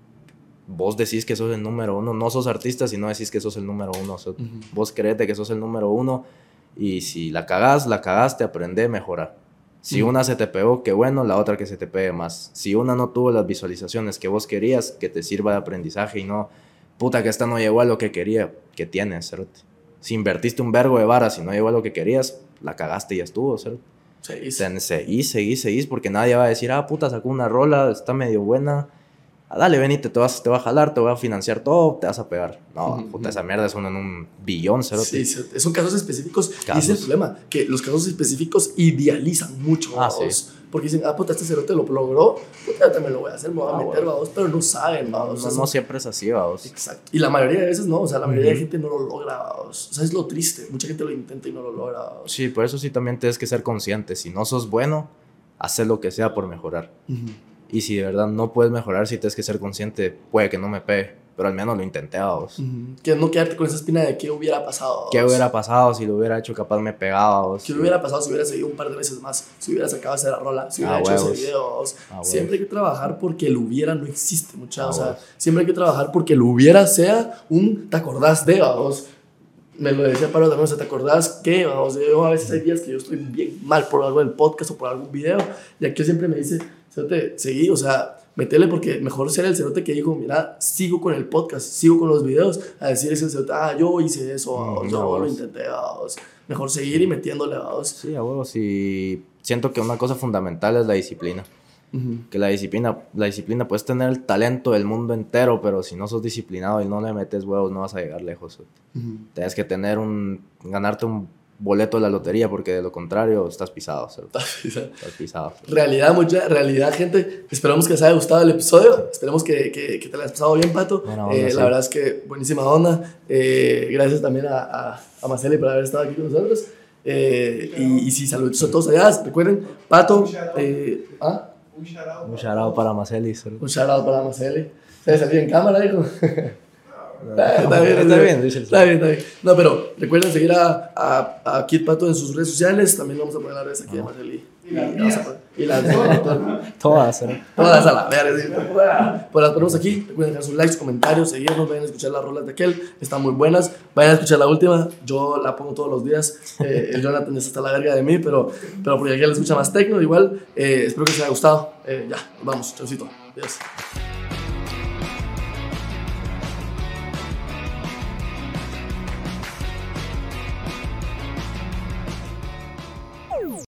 Vos decís que sos el número uno, no sos artista si no decís que sos el número uno. So, uh-huh. Vos creete que sos el número uno y si la cagás, la cagaste, aprende, mejora. Si uh-huh. una se te pegó, qué bueno, la otra que se te pegue más. Si una no tuvo las visualizaciones que vos querías, que te sirva de aprendizaje y no, puta, que esta no llegó a lo que quería, que tienes, ¿cierto? Si invertiste un vergo de varas y no llegó a lo que querías, la cagaste y ya estuvo, ¿cierto? Seguís. Seguís, seguís, seguís, porque nadie va a decir, ah, puta, sacó una rola, está medio buena. Ah, dale, ven y te, te, vas, te va a jalar, te voy a financiar todo, te vas a pegar. No, uh-huh. puta, esa mierda es uno en un billón, ¿cero? Sí, sí, son casos específicos. Casos. Y ese es el problema, que los casos específicos idealizan mucho, ah, sí. Porque dicen, ah, puta, este cerote lo logró, puta, también lo voy a hacer, me voy a ah, meter, bueno. vamos, pero no saben, vamos. No, no, no siempre es así, vamos. Exacto. Y la mayoría de veces no, o sea, la mayoría uh-huh. de gente no lo logra, vamos. O sea, es lo triste, mucha gente lo intenta y no lo logra, vamos. Sí, por eso sí también tienes que ser consciente. Si no sos bueno, haz lo que sea por mejorar. Uh-huh. Y si de verdad no puedes mejorar, si tienes que ser consciente, puede que no me pegue, pero al menos lo intenté, vamos. Uh-huh. Que no quedarte con esa espina de qué hubiera pasado, vamos. ¿Qué hubiera pasado si lo hubiera hecho? Capaz me pegaba, vamos. ¿Qué hubiera pasado si hubiera seguido un par de veces más? Si hubiera sacado esa rola, si hubiera ah, hecho huevos. ese video, vamos. Ah, siempre hay que trabajar porque el hubiera no existe, muchachos. Ah, o sea, siempre hay que trabajar porque el hubiera sea un te acordás de, vamos. Me lo decía Pablo también, o sea, ¿te acordás que, vamos, yo a veces hay días que yo estoy bien mal por algo del podcast o por algún video, y aquí siempre me dice, cerote, seguí, o sea, metele porque mejor ser el cerote que dijo, mira, sigo con el podcast, sigo con los videos, a decir ese cerote, ah, yo hice eso, vamos, mm, yo vamos. lo intenté, vamos. Mejor seguir y metiéndole, vamos. Sí, a huevos, y siento que una cosa fundamental es la disciplina. Uh-huh. Que la disciplina, la disciplina, puedes tener el talento del mundo entero, pero si no sos disciplinado y no le metes huevos, no vas a llegar lejos. Uh-huh. Tienes que tener un, ganarte un boleto de la lotería, porque de lo contrario estás pisado. Estás pisado. Estás pisado. Realidad, mucha realidad, gente. Esperamos que les haya gustado el episodio. Esperemos que, que, que te lo hayas pasado bien, Pato. Bueno, onda, eh, sí. La verdad es que buenísima onda. Eh, gracias también a, a, a Marceli por haber estado aquí con nosotros. Eh, y, y sí, saludos a todos allá. Recuerden, Pato. Eh, ¿ah? Un shout-out un shout para Maceli. Un shout-out para Maceli. ¿Se salió en cámara, hijo? No, está, está bien, está bien, dice el está bien, está bien. No, pero recuerden seguir a, a, a Kid Pato en sus redes sociales. También vamos a poner las redes aquí de Maceli. Y las mías. Y las de todas, ¿eh? Todas a la verga. Pues las ponemos aquí. Recuerden dejar sus likes, comentarios, seguirnos. Vayan a escuchar las rolas de aquel. Están muy buenas. Vayan a escuchar la última. Yo la pongo todos los días. Eh, el Jonathan está a la verga de mí, pero, pero porque aquel escucha más tecno. Igual, eh, espero que les haya gustado. Eh, ya, nos vamos. Chaucito. Adiós.